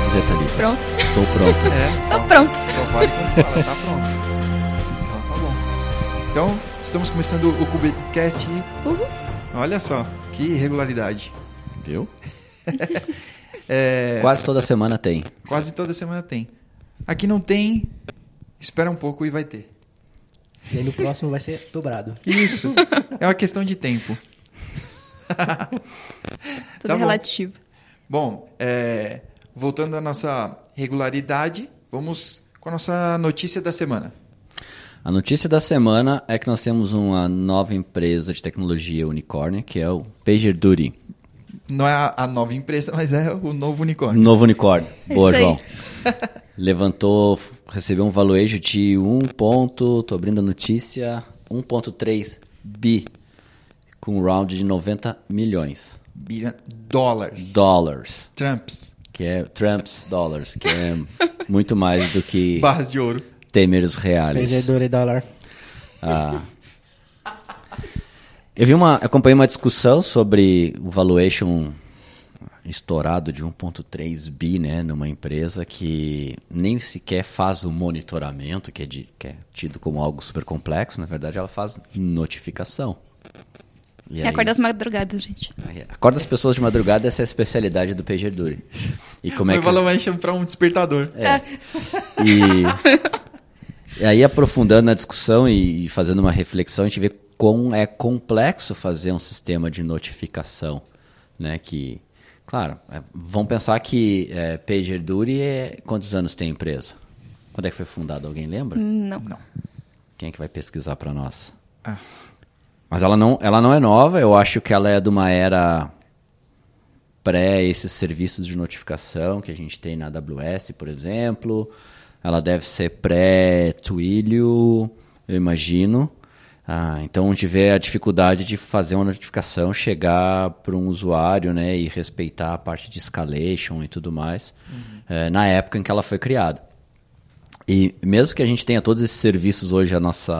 dizer, Thalita? Pronto. Estou pronto. Estou pronto. Só vale quando fala, tá pronto. Então tá bom. Então, estamos começando o Cubecast. Uhul. Olha só, que irregularidade. Viu? É, Quase toda semana tem. quase toda semana tem. Aqui não tem, espera um pouco e vai ter. E aí no próximo vai ser dobrado. Isso, é uma questão de tempo. Tudo Tá bom. relativo. Bom, voltando à nossa regularidade, vamos com a nossa notícia da semana. A notícia da semana é que nós temos uma nova empresa de tecnologia unicórnio, que é o PagerDuty. Não é a nova empresa, mas é o novo unicórnio. Novo unicórnio. Boa, Isso aí. João. Recebeu um valuation de tô abrindo a notícia, 1.3 bi, com um round de 90 milhões. Dólares. Trumps, Trumps. que é muito mais do que Barras de ouro. Temers reais. Perdedor e dólar. Acompanhei uma discussão sobre o valuation estourado de 1.3 bi, né, numa empresa que nem sequer faz o monitoramento, que é tido como algo super complexo. Na verdade, ela faz notificação. E aí, Acorda as madrugadas, gente. acorda as pessoas de madrugada, essa é a especialidade do PagerDuty. E como é O que... valuation para um despertador. E aí, aprofundando na discussão e fazendo uma reflexão, a gente vê quão é complexo fazer um sistema de notificação, né? Que, claro, vamos pensar que PagerDuty quantos anos tem a empresa? Quando é que foi fundada? Alguém lembra? Não. Quem é que vai pesquisar para nós? Ah. Mas ela não é nova, eu acho que ela é de uma era pré esses serviços de notificação que a gente tem na AWS, por exemplo. Ela deve ser pré-Twilio, eu imagino. Então, a gente vê a dificuldade de fazer uma notificação chegar para um usuário, né, e respeitar a parte de escalation e tudo mais, na época em que ela foi criada. E mesmo que a gente tenha todos esses serviços hoje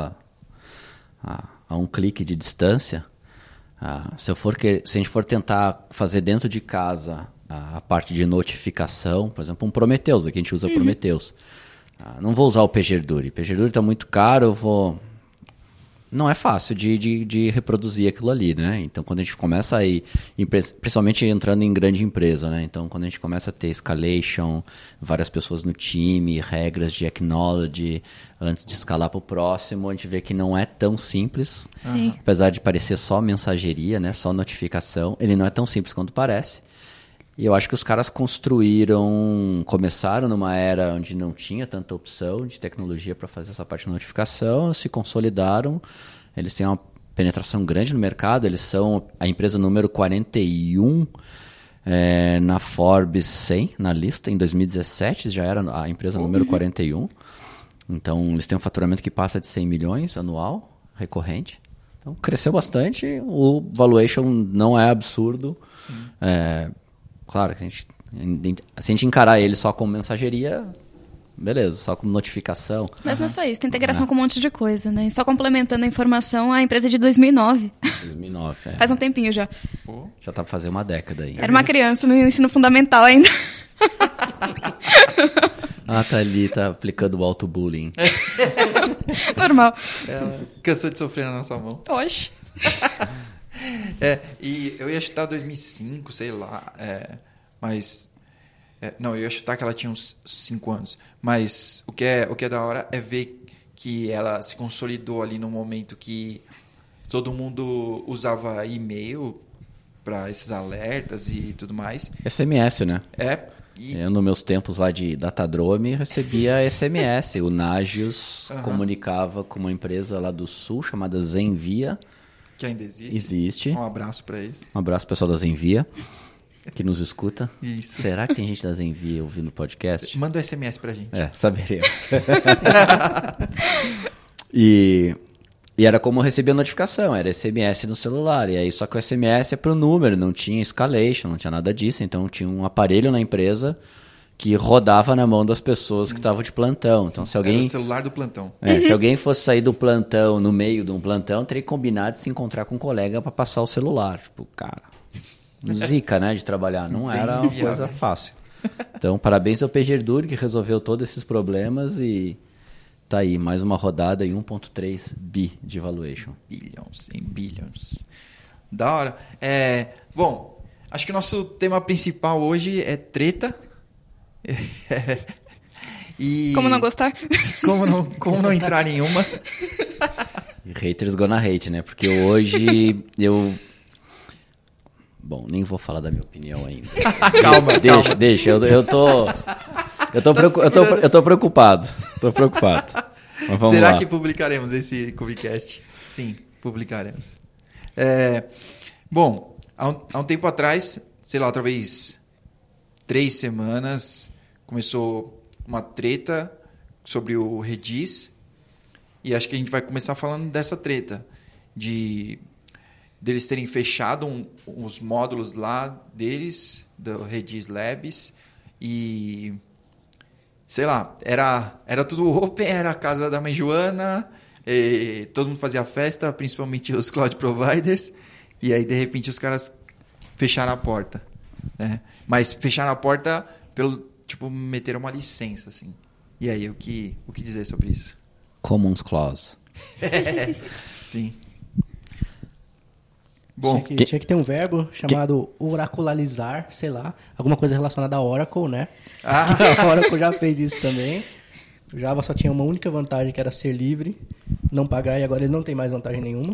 a um clique de distância, se a gente for tentar fazer dentro de casa a parte de notificação, por exemplo, um Prometheus, aqui a gente usa Prometheus. Não vou usar o PagerDuty. PagerDuty está muito caro, não é fácil de reproduzir aquilo ali, né? Então, quando a gente começa a ir, principalmente entrando em grande empresa, né? Então, quando a gente começa a ter escalation, várias pessoas no time, regras de acknowledge, antes de escalar para o próximo, a gente vê que não é tão simples. Sim. Apesar de parecer só mensageria, né? Só notificação, ele não é tão simples quanto parece. E eu acho que os caras começaram numa era onde não tinha tanta opção de tecnologia para fazer essa parte de notificação, se consolidaram, eles têm uma penetração grande no mercado, eles são a empresa número 41 na Forbes 100, na lista, em 2017 já era a empresa número 41, então eles têm um faturamento que passa de 100 milhões anual, recorrente. Então cresceu bastante, o valuation não é absurdo. Sim. Claro, se a gente encarar ele só como mensageria, beleza, só como notificação. Mas não é só isso, tem integração com um monte de coisa, né? E só complementando a informação, a empresa é de 2009. 2009, Faz um tempinho já. Já tá pra fazer uma década aí. Era uma criança no ensino fundamental ainda. Tá ali, tá aplicando o auto-bullying. Normal. Ela cansou de sofrer na nossa mão. Oxe. E eu ia chutar 2005, sei lá, mas... não, eu ia chutar que ela tinha uns 5 anos, mas o que é da hora é ver que ela se consolidou ali no momento que todo mundo usava e-mail para esses alertas e tudo mais. SMS, né? E Eu, nos meus tempos lá de Datadrome, recebia SMS. O Nagios comunicava com uma empresa lá do Sul chamada Zenvia. que ainda existe. Existe. Um abraço para eles. Um abraço pessoal da Zenvia, que nos escuta. Isso. Será que tem gente da Zenvia ouvindo o podcast? Manda um SMS pra gente. Saberemos. E era como receber a notificação, era SMS no celular. E aí, só que o SMS é pro número, não tinha escalation, não tinha nada disso. Então, tinha um aparelho na empresa que rodava na mão das pessoas que estavam de plantão. Então, se alguém... Era o celular do plantão. Se alguém fosse sair do plantão, no meio de um plantão, teria que combinar de se encontrar com um colega para passar o celular. Tipo, cara, zica, né, de trabalhar. Não era uma coisa fácil. Então, parabéns ao PagerDuty que resolveu todos esses problemas e tá aí, mais uma rodada em 1.3 bi de valuation. Billions. Da hora. Bom, acho que o nosso tema principal hoje é treta. E Como não gostar? Como não entrar em uma. Haters gonna hate, né? Porque hoje eu... Bom, nem vou falar da minha opinião ainda. Calma. Deixa. Eu tô preocupado. Mas vamos Será lá. que publicaremos esse Cubicast? Sim, publicaremos. Bom, há um tempo atrás, sei lá, talvez 3 semanas, começou uma treta sobre o Redis. E acho que a gente vai começar falando dessa treta. Deles terem fechado os módulos lá deles, do Redis Labs. E... sei lá, era tudo open, era a casa da mãe Joana, todo mundo fazia festa, principalmente os cloud providers, e aí de repente os caras fecharam a porta, né? Mas fecharam a porta meteram uma licença, assim. E aí, o que dizer sobre isso? Commons Clause. Sim. Bom, Tinha que ter um verbo chamado oracularizar, sei lá, alguma coisa relacionada a Oracle, né? A Oracle já fez isso também. O Java só tinha uma única vantagem, que era ser livre, não pagar, e agora ele não tem mais vantagem nenhuma.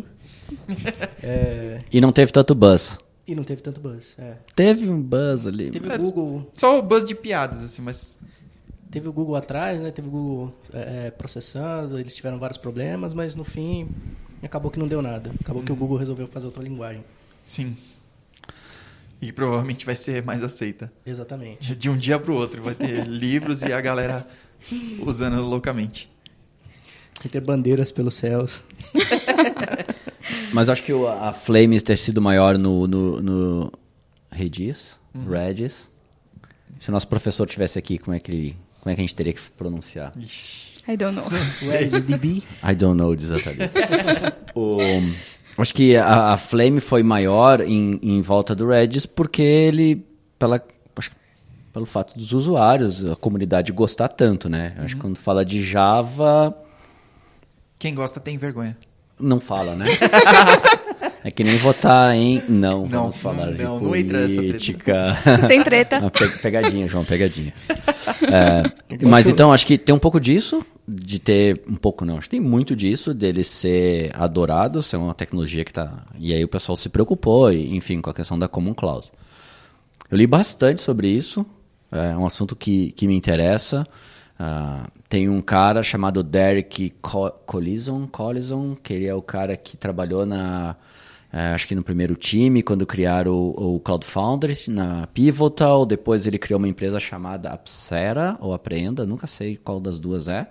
E não teve tanto buzz. E não teve tanto buzz. Teve um buzz ali. Teve o Google... só o buzz de piadas, assim, mas... Teve o Google atrás, né? Teve o Google processando, eles tiveram vários problemas, mas no fim acabou que não deu nada. Acabou que o Google resolveu fazer outra linguagem. Sim. E provavelmente vai ser mais aceita. Exatamente. De um dia para o outro. Vai ter livros e a galera usando loucamente. Vai ter bandeiras pelos céus. Mas acho que a Flame ter sido maior no Redis. Se o nosso professor estivesse aqui, como é que a gente teria que pronunciar? I don't know. RedisDB. I don't know exatamente. Acho que a Flame foi maior em volta do Redis porque pelo fato dos usuários, a comunidade gostar tanto, né? Acho que quando fala de Java... Quem gosta tem vergonha. Não fala, né? É que nem votar em... Não vamos falar de política. Sem treta. Pegadinha, João, pegadinha. Mas então, acho que tem um pouco disso, de ter... Um pouco não, acho que tem muito disso, dele ser adorado, ser uma tecnologia que tá... E aí o pessoal se preocupou, enfim, com a questão da Common Clause. Eu li bastante sobre isso, é um assunto que me interessa. Tem um cara chamado Derek Collison, que ele é o cara que trabalhou acho que no primeiro time, quando criaram o Cloud Foundry, na Pivotal. Depois ele criou uma empresa chamada Apsera, ou Aprenda, nunca sei qual das duas é.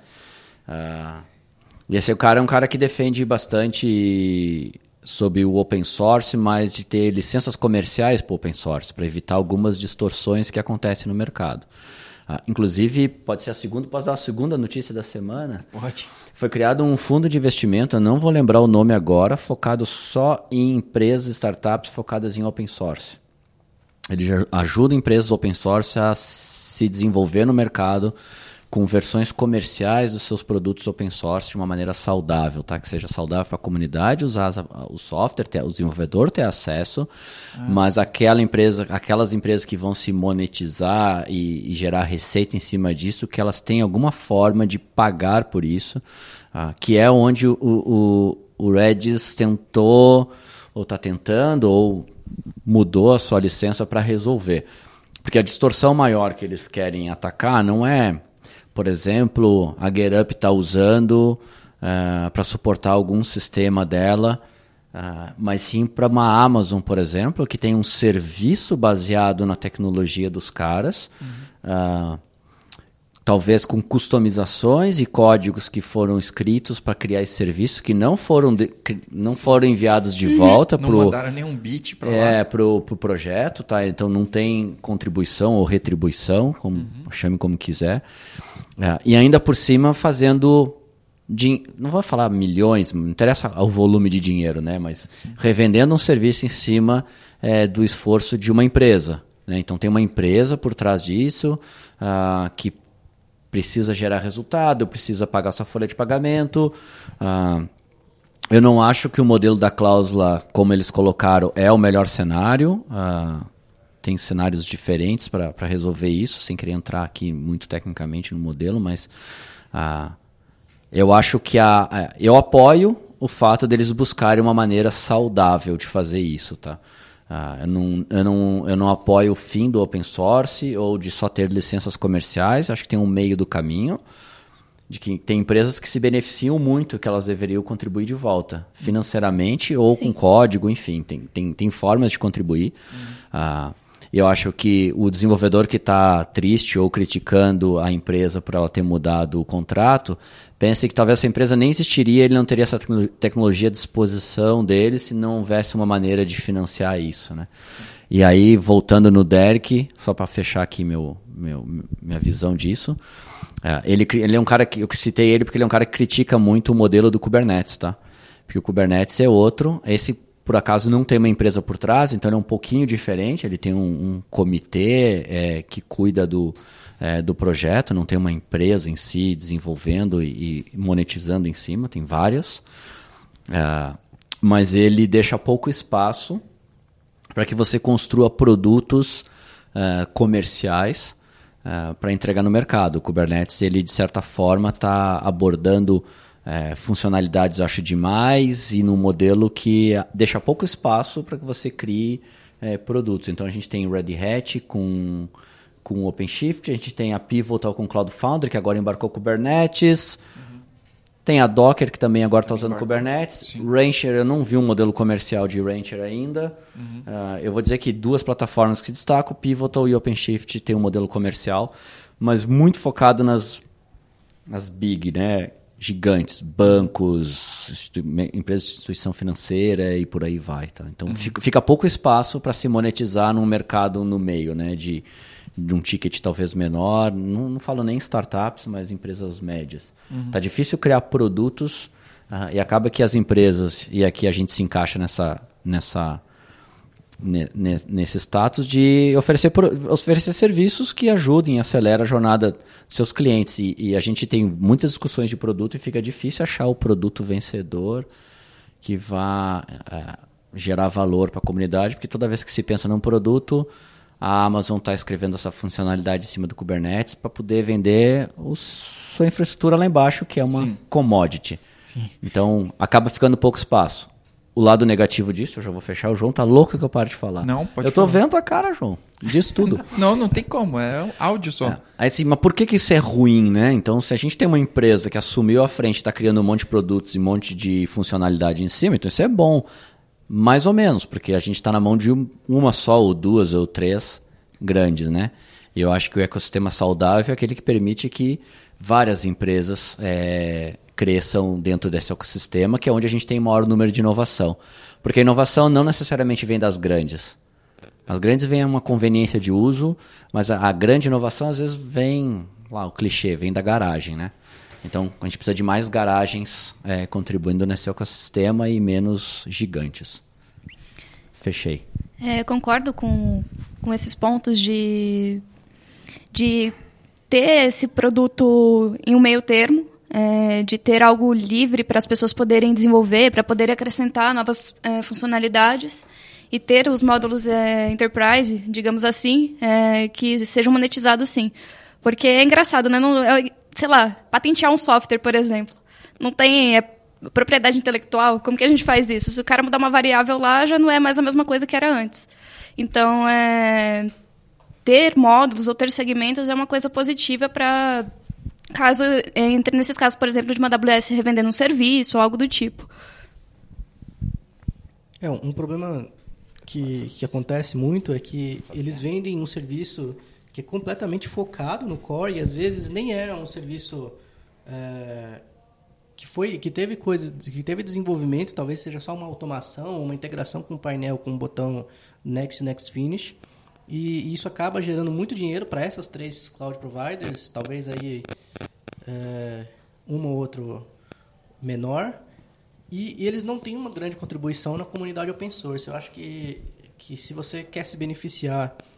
E esse cara é um cara que defende bastante sobre o open source, mas de ter licenças comerciais para o open source, para evitar algumas distorções que acontecem no mercado. Inclusive, posso dar a segunda notícia da semana? Pode. Foi criado um fundo de investimento, eu não vou lembrar o nome agora, focado só em empresas, startups focadas em open source. Ele ajuda empresas open source a se desenvolver no mercado com versões comerciais dos seus produtos open source de uma maneira saudável, tá? Que seja saudável para a comunidade usar o software, o desenvolvedor ter acesso, mas aquelas empresas que vão se monetizar e gerar receita em cima disso, que elas tenham alguma forma de pagar por isso, que é onde o Redis tentou, ou está tentando, ou mudou a sua licença para resolver. Porque a distorção maior que eles querem atacar não é... Por exemplo, a GetUp está usando para suportar algum sistema dela, mas sim para uma Amazon, por exemplo, que tem um serviço baseado na tecnologia dos caras, talvez com customizações e códigos que foram escritos para criar esse serviço, que não foram enviados de volta. Não mandaram nenhum bit para lá. Pro projeto, tá? Então não tem contribuição ou retribuição, chame como quiser. E ainda por cima fazendo, não vou falar milhões, não interessa o volume de dinheiro, né? Mas revendendo um serviço em cima do esforço de uma empresa. né? Então tem uma empresa por trás disso que precisa gerar resultado, precisa pagar sua folha de pagamento. Eu não acho que o modelo da cláusula, como eles colocaram, é o melhor cenário. Tem cenários diferentes para resolver isso, sem querer entrar aqui muito tecnicamente no modelo, mas eu acho que eu apoio o fato deles buscarem uma maneira saudável de fazer isso, tá? Eu não apoio o fim do open source ou de só ter licenças comerciais. Acho que tem um meio do caminho, de que tem empresas que se beneficiam muito, que elas deveriam contribuir de volta, financeiramente ou com código, enfim, tem formas de contribuir. Eu acho que o desenvolvedor que está triste ou criticando a empresa por ela ter mudado o contrato, pense que talvez essa empresa nem existiria, ele não teria essa tecnologia à disposição dele se não houvesse uma maneira de financiar isso, né? E aí, voltando no Derek, só para fechar aqui minha visão disso, ele é um cara que eu citei ele porque ele é um cara que critica muito o modelo do Kubernetes, tá? Porque o Kubernetes é outro, esse por acaso não tem uma empresa por trás, então ele é um pouquinho diferente, ele tem um comitê que cuida do projeto, não tem uma empresa em si desenvolvendo e monetizando em cima, tem várias, mas ele deixa pouco espaço para que você construa produtos comerciais para entregar no mercado. O Kubernetes, ele de certa forma está abordando funcionalidades, eu acho, demais, e num modelo que deixa pouco espaço para que você crie produtos. Então a gente tem o Red Hat com o OpenShift, a gente tem a Pivotal com o Cloud Foundry, que agora embarcou Kubernetes, tem a Docker, que também agora está usando Kubernetes. Sim. Rancher, eu não vi um modelo comercial de Rancher ainda. Eu vou dizer que 2 plataformas que destacam, Pivotal e OpenShift, tem um modelo comercial, mas muito focado nas big, né? Gigantes, bancos, empresas de instituição financeira e por aí vai. Tá? Então fica pouco espaço para se monetizar num mercado no meio, né? de um ticket talvez menor, não falo nem startups, mas empresas médias. Tá difícil criar produtos e acaba que as empresas, e aqui a gente se encaixa nesse status de oferecer serviços que ajudem, aceleram a jornada dos seus clientes. E a gente tem muitas discussões de produto e fica difícil achar o produto vencedor que vá gerar valor para a comunidade, porque toda vez que se pensa num produto, a Amazon está escrevendo essa funcionalidade em cima do Kubernetes para poder vender sua infraestrutura lá embaixo, que é uma commodity. Sim. Então, acaba ficando pouco espaço. O lado negativo disso, eu já vou fechar, o João tá louco que eu pare de falar. Não, pode Eu tô vendo a cara, João. Diz tudo. Não tem como, é um áudio só. Aí assim, mas por que isso é ruim, né? Então, se a gente tem uma empresa que assumiu a frente, está criando um monte de produtos e um monte de funcionalidade em cima, então isso é bom. Mais ou menos, porque a gente está na mão de uma só, ou 2, ou 3 grandes, né? E eu acho que o ecossistema saudável é aquele que permite que várias empresas cresçam dentro desse ecossistema, que é onde a gente tem maior número de inovação. Porque a inovação não necessariamente vem das grandes. As grandes vêm uma conveniência de uso, mas a grande inovação às vezes vem, o clichê, vem da garagem, né? Então a gente precisa de mais garagens contribuindo nesse ecossistema e menos gigantes. Fechei. Concordo com esses pontos de ter esse produto em um meio termo, de ter algo livre para as pessoas poderem desenvolver, para poderem acrescentar novas funcionalidades e ter os módulos Enterprise, digamos assim, que sejam monetizados sim. Porque é engraçado, né? Sei lá, patentear um software, por exemplo. Não tem propriedade intelectual. Como que a gente faz isso? Se o cara mudar uma variável lá, já não é mais a mesma coisa que era antes. Então, ter módulos ou ter segmentos é uma coisa positiva para caso entre nesses casos, por exemplo, de uma AWS revendendo um serviço ou algo do tipo. Um problema que acontece muito é que eles vendem um serviço que é completamente focado no core e às vezes nem é um serviço que teve desenvolvimento, talvez seja só uma automação, uma integração com o painel com o botão Next Finish, e isso acaba gerando muito dinheiro para essas 3 cloud providers, talvez aí uma ou outra menor, e eles não têm uma grande contribuição na comunidade open source. Eu acho que se você quer se beneficiar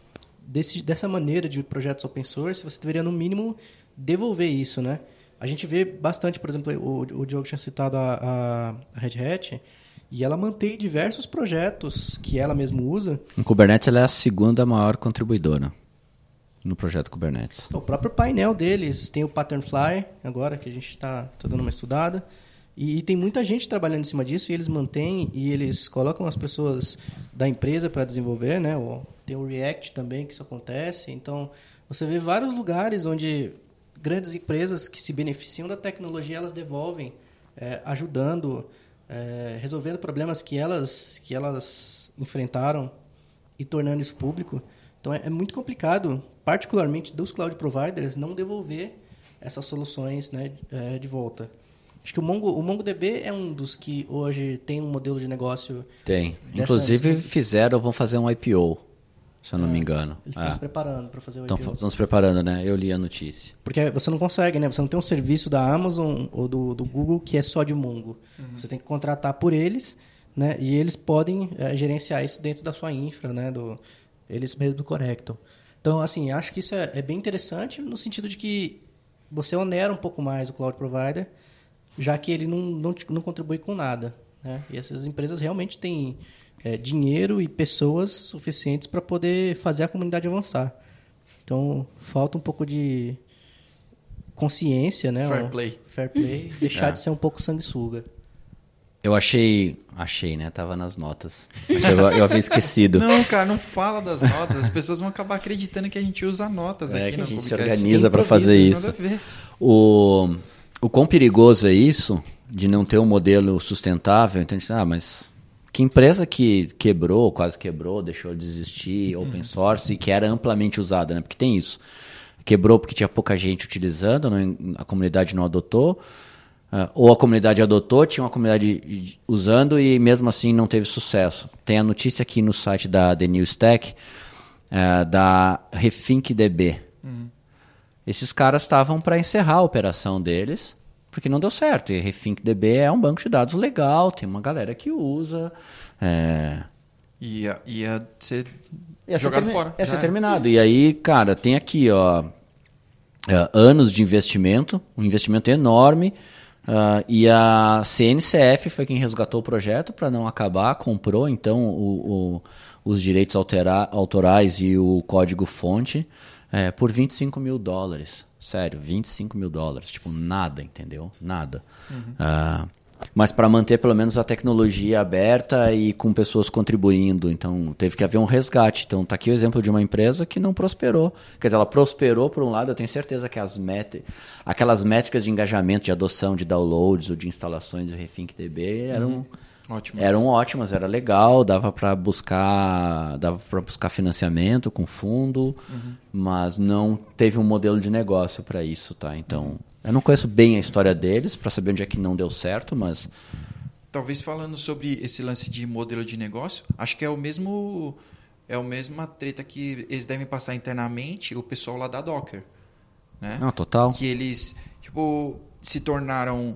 dessa maneira de projetos open source, você deveria, no mínimo, devolver isso, né? A gente vê bastante, por exemplo, o Diogo tinha citado a Red Hat, e ela mantém diversos projetos que ela mesma usa. No Kubernetes, ela é a segunda maior contribuidora no projeto Kubernetes. O próprio painel deles tem o Patternfly, agora, que a gente está dando uma estudada. E tem muita gente trabalhando em cima disso, e eles mantêm, e eles colocam as pessoas da empresa para desenvolver, né? Tem o React também, que isso acontece. Então, você vê vários lugares onde grandes empresas que se beneficiam da tecnologia, elas devolvem, ajudando, resolvendo problemas que elas enfrentaram e tornando isso público. Então, é muito complicado, particularmente dos cloud providers, não devolver essas soluções, né, de volta. Acho que o MongoDB é um dos que hoje tem um modelo de negócio... Tem. Inclusive, vão fazer um IPO, se eu não me engano. Eles estão se preparando para fazer o IPO. Estão se preparando, né? Eu li a notícia. Porque você não consegue, né? Você não tem um serviço da Amazon ou do Google que é só de Mongo. Você tem que contratar por eles, né? E eles podem gerenciar isso dentro da sua infra, né? Eles mesmos conectam. Então, assim, acho que isso é bem interessante no sentido de que você onera um pouco mais o cloud provider, já que ele não contribui com nada, né? E essas empresas realmente têm dinheiro e pessoas suficientes para poder fazer a comunidade avançar. Então, falta um pouco de consciência, né? Fair play, deixar de ser um pouco sanguessuga. Eu achei, né? Tava nas notas. Eu havia esquecido. Não, cara, não fala das notas. As pessoas vão acabar acreditando que a gente usa notas aqui que no a gente podcast. se organiza para fazer isso. Nada a ver. O quão perigoso é isso, de não ter um modelo sustentável? Então, mas que empresa que quebrou, quase quebrou, deixou de existir, open source, e que era amplamente usada, né? Porque tem isso. Quebrou porque tinha pouca gente utilizando, a comunidade não adotou, ou a comunidade adotou, tinha uma comunidade usando e mesmo assim não teve sucesso. Tem a notícia aqui no site da The New Stack, da RethinkDB. Esses caras estavam para encerrar a operação deles, porque não deu certo. E RethinkDB é um banco de dados legal, tem uma galera que usa. Ia ser jogado fora. Ia ser terminado. E aí, cara, tem aqui anos de investimento, um investimento enorme, e a CNCF foi quem resgatou o projeto para não acabar, comprou então os direitos autorais e o código-fonte por $25 mil. Sério, $25 mil. Tipo, nada, entendeu? Nada. Mas para manter pelo menos a tecnologia aberta e com pessoas contribuindo. Então, teve que haver um resgate. Então, está aqui o exemplo de uma empresa que não prosperou. Quer dizer, ela prosperou por um lado. Eu tenho certeza que aquelas métricas de engajamento, de adoção, de downloads ou de instalações do RethinkDB eram ótimas, era legal, dava para buscar financiamento com fundo, mas não teve um modelo de negócio para isso, tá? Então, eu não conheço bem a história deles para saber onde é que não deu certo, mas... Talvez falando sobre esse lance de modelo de negócio, acho que é a mesma treta que eles devem passar internamente, o pessoal lá da Docker, né? Não, total. Que eles, se tornaram...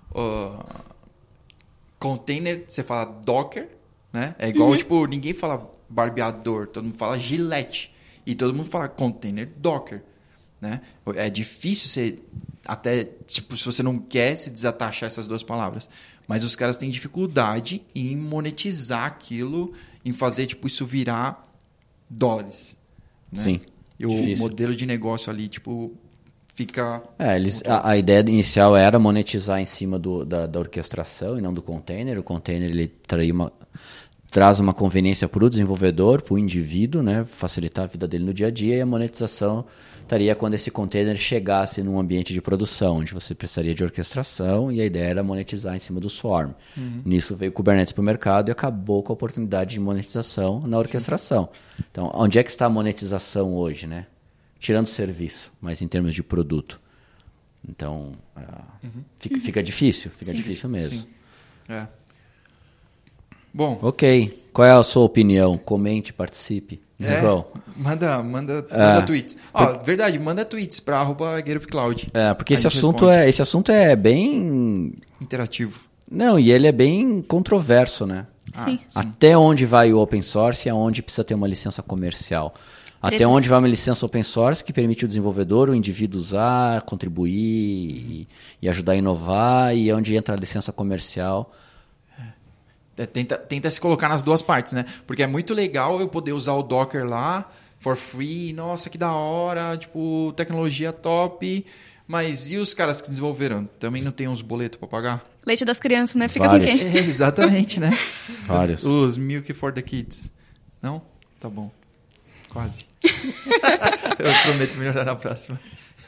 container, você fala Docker, né? É igual, ninguém fala barbeador, todo mundo fala Gillette. E todo mundo fala container Docker, né? É difícil você, até, se você não quer se desatachar essas duas palavras. Mas os caras têm dificuldade em monetizar aquilo, em fazer, isso virar dólares, né? Sim, e o modelo de negócio ali, fica... A ideia inicial era monetizar em cima da orquestração e não do container. O container ele traz uma conveniência para o desenvolvedor, para o indivíduo, né? Facilitar a vida dele no dia a dia, e a monetização estaria quando esse container chegasse num ambiente de produção, onde você precisaria de orquestração, e a ideia era monetizar em cima do Swarm. Nisso veio o Kubernetes para o mercado e acabou com a oportunidade de monetização na orquestração. Sim. Então, onde é que está a monetização hoje, né? Tirando o serviço, mas em termos de produto. Então, fica difícil, difícil mesmo. Sim. Bom. Ok. Qual é a sua opinião? Comente, participe. Manda tweets. Verdade, manda tweets para @GetUpCloud. Porque esse assunto é bem... interativo. Não, e ele é bem controverso, né? Sim. Até onde vai o open source e aonde precisa ter uma licença comercial. Até onde vai uma licença open source que permite o desenvolvedor, o indivíduo usar, contribuir e ajudar a inovar, e onde entra a licença comercial. Tenta se colocar nas duas partes, né? Porque é muito legal eu poder usar o Docker lá, for free, nossa, que da hora, tipo, tecnologia top, mas e os caras que desenvolveram? Também não tem uns boletos para pagar? Leite das crianças, né? Fica Vários. com quem? Exatamente, né? Vários. Os Milk for the Kids. Não? Tá bom. Quase. Eu prometo melhorar na próxima.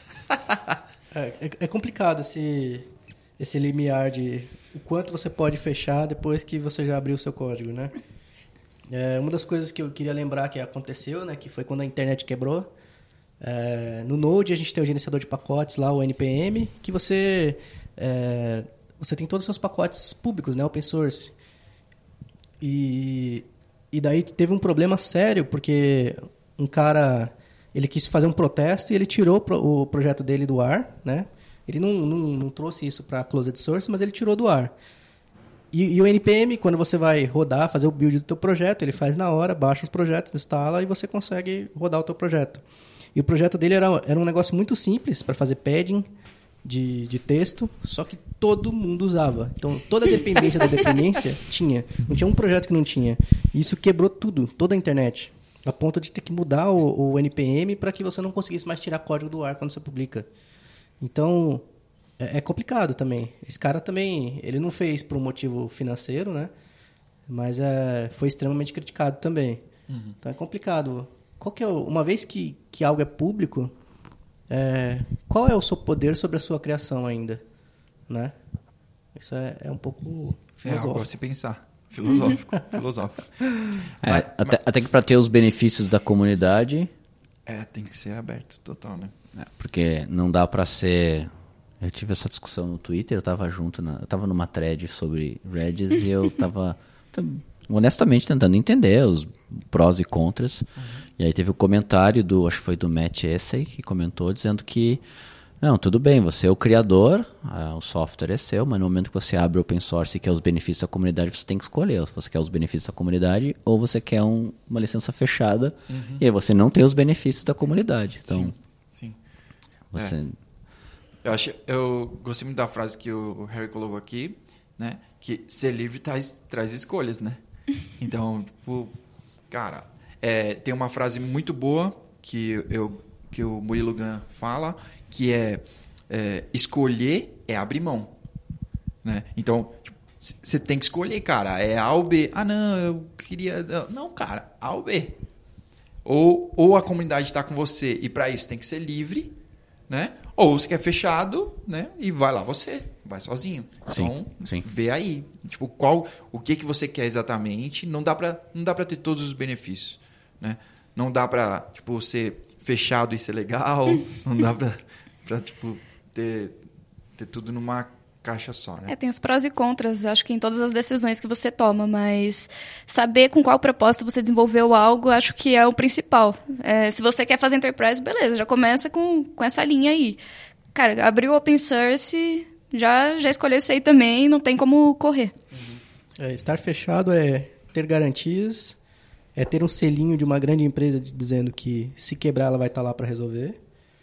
É complicado esse limiar de o quanto você pode fechar depois que você já abriu o seu código, né? Uma das coisas que eu queria lembrar que aconteceu, né, que foi quando a internet quebrou. No Node a gente tem o gerenciador de pacotes lá, o NPM, que você tem todos os seus pacotes públicos, né, open source. E daí teve um problema sério, porque um cara ele quis fazer um protesto e ele tirou o projeto dele do ar, né? Ele não trouxe isso para closed source, mas ele tirou do ar. E o NPM, quando você vai rodar, fazer o build do teu projeto, ele faz na hora, baixa os projetos, instala e você consegue rodar o teu projeto. E o projeto dele era um negócio muito simples para fazer padding de texto, só que todo mundo usava. Então, toda a dependência da dependência tinha. Não tinha um projeto que não tinha. E isso quebrou tudo, toda a internet. A ponto de ter que mudar o NPM para que você não conseguisse mais tirar código do ar quando você publica. Então, é complicado também. Esse cara também, ele não fez por um motivo financeiro, né? Mas foi extremamente criticado também. Uhum. Então, é complicado. Uma vez que algo é público, qual é o seu poder sobre a sua criação ainda? Né? Isso é um pouco filosófico. É algo a se pensar. Filosófico. Até que para ter os benefícios da comunidade... tem que ser aberto, total, né? Porque não dá para ser... Eu tive essa discussão no Twitter, eu estava eu tava numa thread sobre Redis e eu estava honestamente tentando entender os prós e contras. Uhum. E aí teve o comentário acho que foi do Matt Essay, que comentou dizendo que não, tudo bem, você é o criador, o software é seu, mas no momento que você abre open source e quer os benefícios da comunidade, você tem que escolher. Se você quer os benefícios da comunidade ou você quer uma licença fechada, e aí você não tem os benefícios da comunidade. Então, sim. Você... Eu gostei muito da frase que o Harry colocou aqui, né? Que ser livre traz escolhas, né? Então, tipo, cara, tem uma frase muito boa que o Murilo Gun fala, que escolher é abrir mão, né? Então, você tem que escolher, cara. É A ou B. Ah, não, eu queria... Não, cara, A ou B. Ou a comunidade está com você e para isso tem que ser livre, né? Ou você quer fechado, né? E vai lá você, vai sozinho. Então, sim. Vê aí. Tipo, o que você quer exatamente. Não dá pra ter todos os benefícios, né? Não dá pra, tipo, ser fechado e ser legal. Não dá pra tipo, ter tudo numa caixa só, né? Tem os prós e contras, acho que em todas as decisões que você toma, mas saber com qual propósito você desenvolveu algo, acho que é o principal. Se você quer fazer enterprise, beleza, já começa com essa linha aí. Cara, abriu o open source, já escolheu isso aí também, não tem como correr. Estar fechado é ter garantias, é ter um selinho de uma grande empresa dizendo que se quebrar ela vai estar lá para resolver.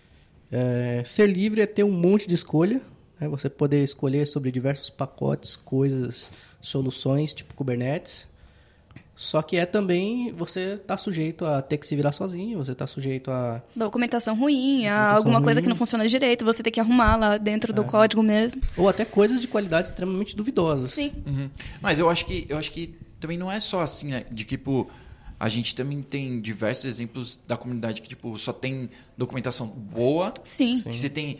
Ser livre é ter um monte de escolha, né? Você poder escolher sobre diversos pacotes, coisas, soluções, tipo Kubernetes. Só que também você está sujeito a ter que se virar sozinho, você está sujeito a... Documentação ruim, alguma coisa que não funciona direito, você tem que arrumar lá dentro do código mesmo. Ou até coisas de qualidade extremamente duvidosas. Sim. Uhum. Mas eu acho que também não é só assim, né? De tipo... A gente também tem diversos exemplos da comunidade que tipo, só tem documentação boa. Sim. Que você tem...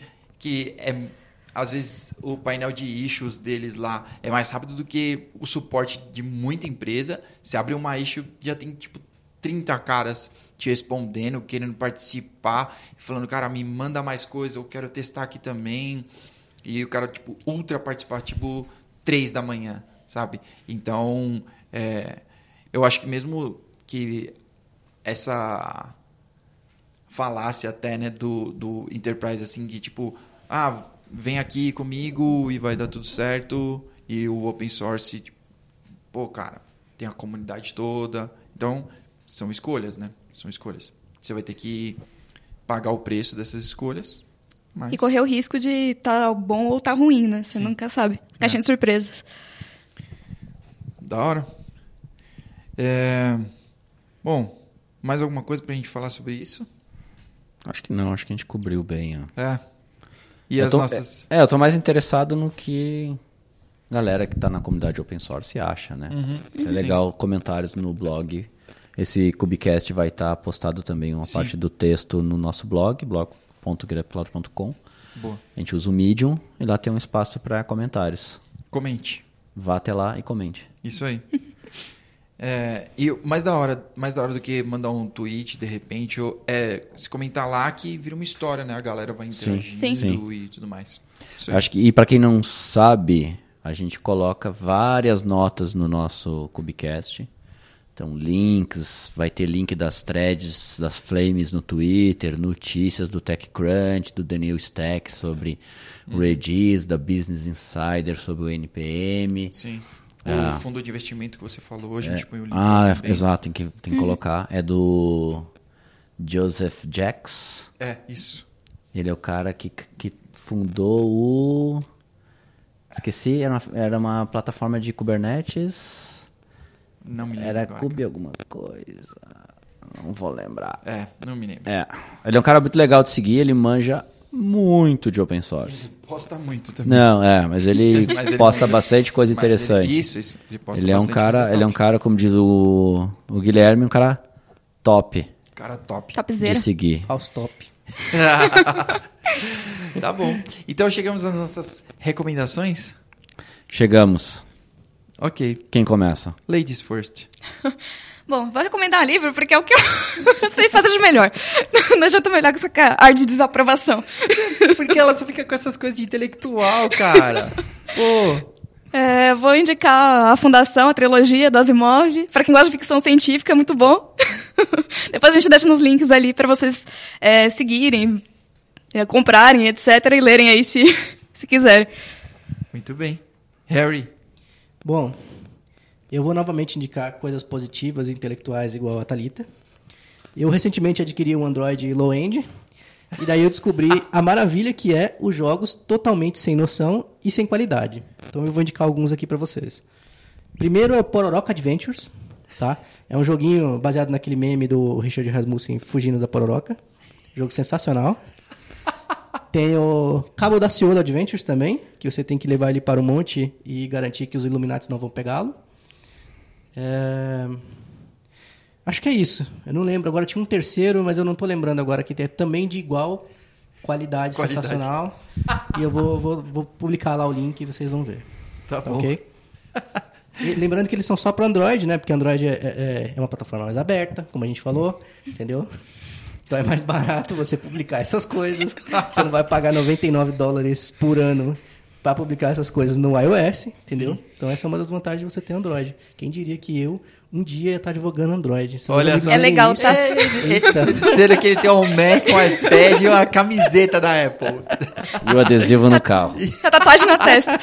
Às vezes o painel de issues deles lá é mais rápido do que o suporte de muita empresa. Você abre uma issue, já tem tipo 30 caras te respondendo, querendo participar, falando, cara, me manda mais coisa, eu quero testar aqui também. E o cara, tipo, ultra participar, tipo, 3 da manhã, sabe? Então, eu acho que mesmo que essa falácia até, né, do Enterprise, assim, que tipo, vem aqui comigo e vai dar tudo certo, e o open source, tipo, pô, cara, tem a comunidade toda. Então, são escolhas, né? São escolhas. Você vai ter que pagar o preço dessas escolhas. Mas... E correr o risco de estar bom ou estar ruim, né? Você nunca sabe. Caixinha de surpresas. Da hora. Bom, mais alguma coisa pra gente falar sobre isso? Acho que não, acho que a gente cobriu bem. Ó. E as nossas... eu tô mais interessado no que a galera que tá na comunidade open source acha, né? É legal, comentários no blog. Esse Kubecast vai estar postado também uma parte do texto no nosso blog, blog.grepcloud.com. Boa. A gente usa o Medium e lá tem um espaço para comentários. Comente. Vá até lá e comente. Isso aí. E mais da hora do que mandar um tweet de repente, se comentar lá que vira uma história, né? A galera vai interagindo e tudo mais. Acho que, e para quem não sabe, a gente coloca várias notas no nosso Kubecast. Então, links, vai ter link das threads, das Flames no Twitter, notícias do TechCrunch, do Daniel Stack sobre o Redis, da Business Insider sobre o NPM. Sim. O fundo de investimento que você falou, a gente põe o link também. Exato, tem que colocar. É do Joseph Jacks. Isso. Ele é o cara que fundou o... Esqueci, era uma plataforma de Kubernetes. Não me lembro. Era Kube alguma coisa. Não vou lembrar. Não me lembro. Ele é um cara muito legal de seguir, ele manja muito de open source. Ele posta muito também. Não, mas ele posta bastante coisa interessante. Isso. Ele posta ele é um cara, como diz o Guilherme, um cara top. Cara top. Topzera. De seguir. False top. Tá bom. Então chegamos às nossas recomendações? Chegamos. Ok. Quem começa? Ladies first. Bom, vou recomendar um livro porque é o que eu sei fazer de melhor. Não adianta melhor com essa ar de desaprovação. Porque ela só fica com essas coisas de intelectual, cara. Pô. Vou indicar a Fundação, a trilogia do Asimov. Para quem gosta de ficção científica, é muito bom. Depois a gente deixa nos links ali para vocês seguirem, comprarem, etc. E lerem aí se quiserem. Muito bem. Harry. Bom, eu vou novamente indicar coisas positivas e intelectuais igual a Thalita. Eu recentemente adquiri um Android low-end e daí eu descobri a maravilha que é os jogos totalmente sem noção e sem qualidade. Então eu vou indicar alguns aqui para vocês. Primeiro é o Pororoca Adventures, tá? É um joguinho baseado naquele meme do Richard Rasmussen fugindo da Pororoca. Jogo sensacional. Tem o Cabo da Ciolo Adventures também, que você tem que levar ele para o monte e garantir que os Illuminati não vão pegá-lo. Acho que é isso. Eu não lembro. Agora tinha um terceiro, mas eu não estou lembrando agora, que é também de igual qualidade. Sensacional. E eu vou publicar lá o link e vocês vão ver. Tá bom. Ok? E lembrando que eles são só para Android, né? Porque Android é uma plataforma mais aberta, como a gente falou, entendeu? Então é mais barato você publicar essas coisas. Você não vai pagar $99 por ano para publicar essas coisas no iOS, entendeu? Sim. Então essa é uma das vantagens de você ter Android. Quem diria que eu um dia ia estar advogando Android? Olha, é legal, tá? Será que ele tem um Mac, um iPad e uma camiseta da Apple. E o adesivo no carro. A tatuagem na testa.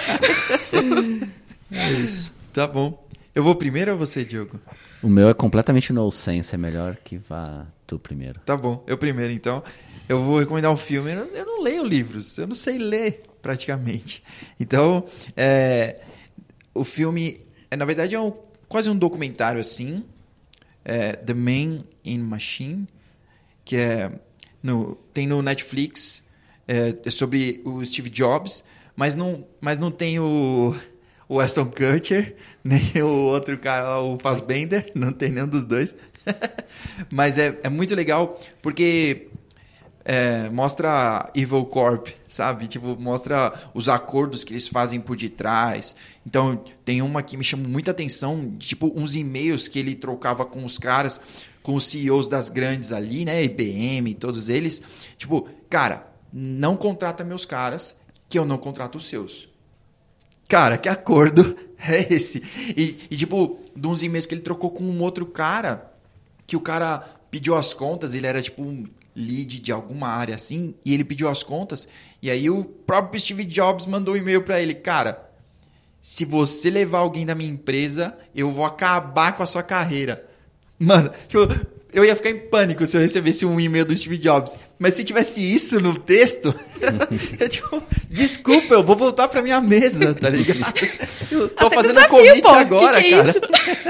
É isso. Tá bom. Eu vou primeiro ou você, Diogo? O meu é completamente nonsense, é melhor que vá tu primeiro. Tá bom, eu primeiro então. Eu vou recomendar um filme, eu não leio livros, eu não sei ler praticamente. Então, o filme, na verdade, quase um documentário assim, The Man in Machine, que tem no Netflix, é sobre o Steve Jobs, mas não tem o Ashton Kutcher, nem o outro cara, o Fassbender, não tem nenhum dos dois. Mas é muito legal, porque mostra a Evil Corp, sabe? Tipo, mostra os acordos que eles fazem por detrás. Então, tem uma que me chama muita atenção, tipo, uns e-mails que ele trocava com os caras, com os CEOs das grandes ali, né? IBM, todos eles. Tipo, cara, não contrata meus caras, que eu não contrato os seus. Cara, que acordo é esse? E tipo, de uns e-mails que ele trocou com um outro cara, que o cara pediu as contas, ele era tipo um lead de alguma área assim, e ele pediu as contas, e aí o próprio Steve Jobs mandou um e-mail pra ele, cara, se você levar alguém da minha empresa, eu vou acabar com a sua carreira. Mano, tipo, eu ia ficar em pânico se eu recebesse um e-mail do Steve Jobs. Mas se tivesse isso no texto, eu tipo, desculpa, eu vou voltar pra minha mesa, tá ligado? Eu tô fazendo um commit agora, que cara. É isso?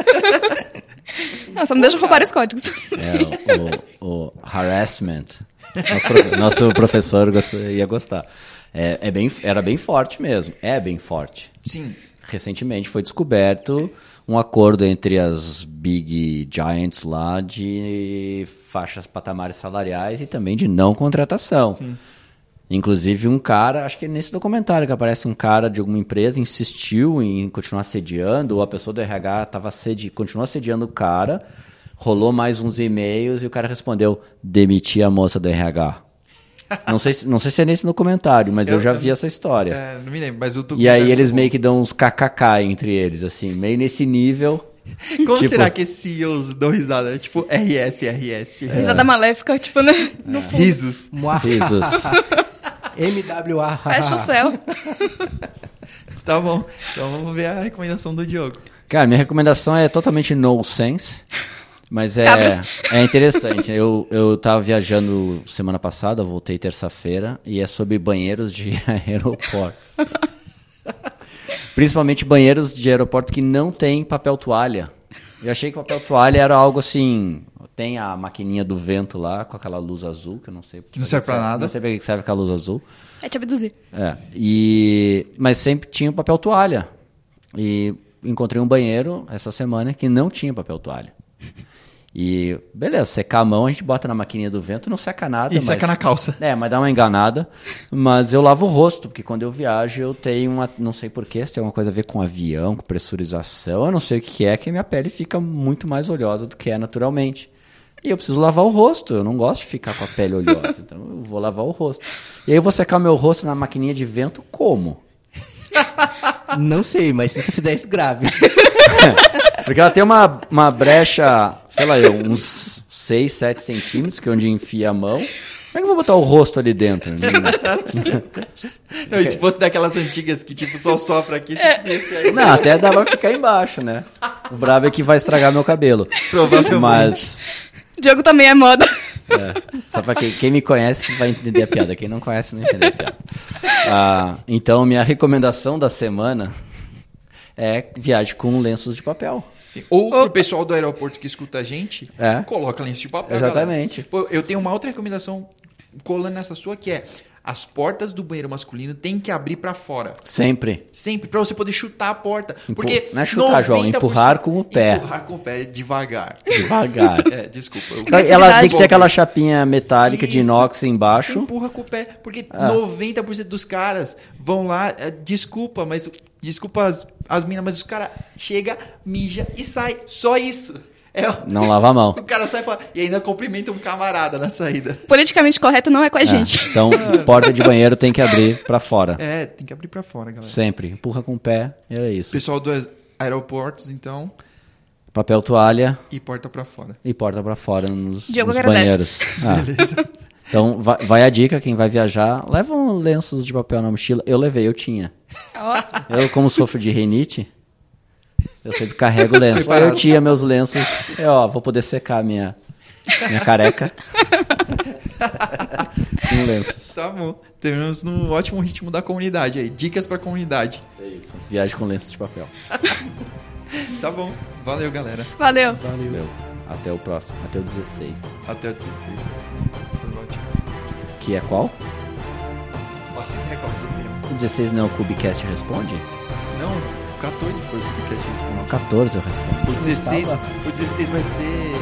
Não, só não deixa roubar os códigos. O harassment. Nosso professor ia gostar. Era bem forte mesmo. É bem forte. Sim. Recentemente foi descoberto um acordo entre as Big Giants lá de faixas patamares salariais e também de não contratação. Sim. Inclusive um cara, acho que é nesse documentário que aparece um cara de alguma empresa, insistiu em continuar sediando, ou a pessoa do RH continuou assediando o cara, rolou mais uns e-mails e o cara respondeu, demiti a moça do RH. Não sei se é nesse documentário, mas eu já vi essa história. Não me lembro, mas o E aí eles meio que dão uns kkk entre eles, assim, meio nesse nível. Como tipo, será que esses CEOs dão risada? Tipo, RS. Risada maléfica, tipo, né? No fundo. Risos. Risos. MWA. Fecha o céu. Tá bom. Então vamos ver a recomendação do Diogo. Cara, minha recomendação é totalmente no sense. Mas é interessante. Eu tava viajando semana passada, voltei terça-feira, e é sobre banheiros de aeroportos. Principalmente banheiros de aeroporto que não tem papel toalha. Eu achei que papel toalha era algo assim... Tem a maquininha do vento lá, com aquela luz azul, que eu não sei... Não serve pra nada. Não sei pra que serve aquela luz azul. É te abduzir. Mas sempre tinha papel toalha. E encontrei um banheiro essa semana que não tinha papel toalha. E, beleza, secar a mão, a gente bota na maquininha do vento, não seca nada. Seca na calça. Mas dá uma enganada. Mas eu lavo o rosto, porque quando eu viajo eu tenho não sei porquê, se tem alguma coisa a ver com avião, com pressurização, eu não sei o que é, que a minha pele fica muito mais oleosa do que é naturalmente. E eu preciso lavar o rosto, eu não gosto de ficar com a pele oleosa, então eu vou lavar o rosto. E aí eu vou secar meu rosto na maquininha de vento como? Não sei, mas se você fizer isso, grave. Porque ela tem uma brecha, sei lá, uns 6, 7 centímetros, que é onde enfia a mão. Como é que eu vou botar o rosto ali dentro? Não, e se fosse daquelas antigas que tipo só sopra aqui, você Não, até dá pra ficar embaixo, né? O brabo é que vai estragar meu cabelo. Provavelmente. Mas... Diogo também é moda. Só pra quem me conhece vai entender a piada. Quem não conhece não entende a piada. Então, minha recomendação da semana é viagem com lenços de papel. Sim. Ou pro pessoal do aeroporto que escuta a gente, coloca lenço de papel. Exatamente. Pô, eu tenho uma outra recomendação colando nessa sua, que é as portas do banheiro masculino tem que abrir pra fora. Sempre. Sempre, pra você poder chutar a porta. Porque não é chutar, João, empurrar com o pé. Empurrar com o pé, devagar. Devagar. Desculpa. Ela tem que ter aquela chapinha metálica de inox embaixo. Você empurra com o pé, porque 90% dos caras vão lá, desculpa as minas, mas os caras chegam, mija e sai. Só isso. Não lava a mão. O cara sai e fala, e ainda cumprimenta um camarada na saída. Politicamente correto não é com a gente. Então, porta de banheiro tem que abrir pra fora. Tem que abrir pra fora, galera. Sempre. Empurra com o pé, é isso. Pessoal dos aeroportos, então... Papel toalha. E porta pra fora. E porta pra fora nos Diogo banheiros. Beleza. Então, vai a dica, quem vai viajar, leva um lenços de papel na mochila. Eu levei, eu tinha. Eu, como sofro de rinite... Eu sempre carrego lenço. Eu tinha meus lenços. Vou poder secar minha careca. Com lenços. Tá bom. Terminamos num ótimo ritmo da comunidade aí. Dicas pra comunidade. É isso. Viagem com lenços de papel. Tá bom. Valeu, galera. Valeu. Até o próximo. Até o 16. Até o 16. Foi ótimo. Que é qual? Nossa, qual é o seu tempo? O 16 não é o Cubicast Responde? Não. 14 foi o Cubicast Responde. 14 eu respondo. O 16 vai ser...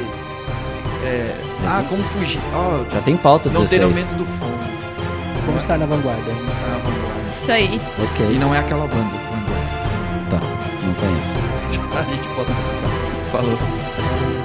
como fugir. Já tem pauta 16. Não ter aumento do fundo. Como estar na vanguarda. Como estar na vanguarda. Isso aí. Ok. E não é aquela banda. Tá, não conheço. A gente pode... Falou.